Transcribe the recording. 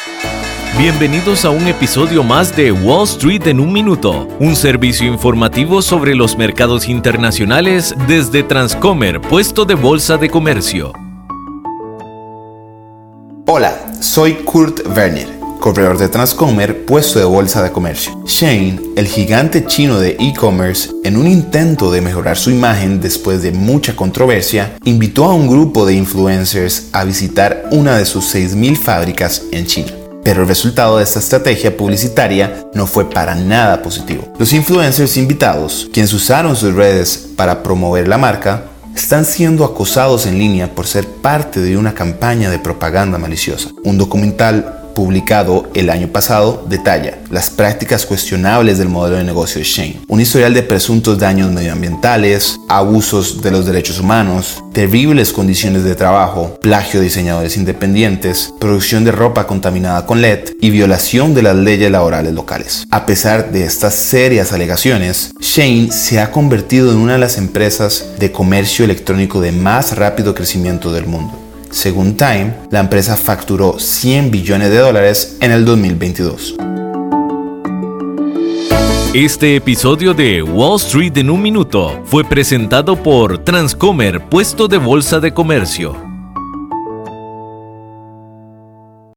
Bienvenidos a un episodio más de Wall Street en un minuto, un servicio informativo sobre los mercados internacionales desde Transcomer, puesto de bolsa de comercio. Hola, soy Kurt Werner, corredor de Transcomer, puesto de bolsa de comercio. Shein, el gigante chino de e-commerce, en un intento de mejorar su imagen después de mucha controversia, invitó a un grupo de influencers a visitar una de sus 6.000 fábricas en China. Pero el resultado de esta estrategia publicitaria no fue para nada positivo. Los influencers invitados, quienes usaron sus redes para promover la marca, están siendo acosados en línea por ser parte de una campaña de propaganda maliciosa. Un documental publicado el año pasado detalla las prácticas cuestionables del modelo de negocio de Shein, un historial de presuntos daños medioambientales, abusos de los derechos humanos, terribles condiciones de trabajo, plagio de diseñadores independientes, producción de ropa contaminada con LED y violación de las leyes laborales locales. A pesar de estas serias alegaciones, Shein se ha convertido en una de las empresas de comercio electrónico de más rápido crecimiento del mundo. Según Time, la empresa facturó $100 billones en el 2022. Este episodio de Wall Street en un minuto fue presentado por Transcomer, puesto de bolsa de comercio.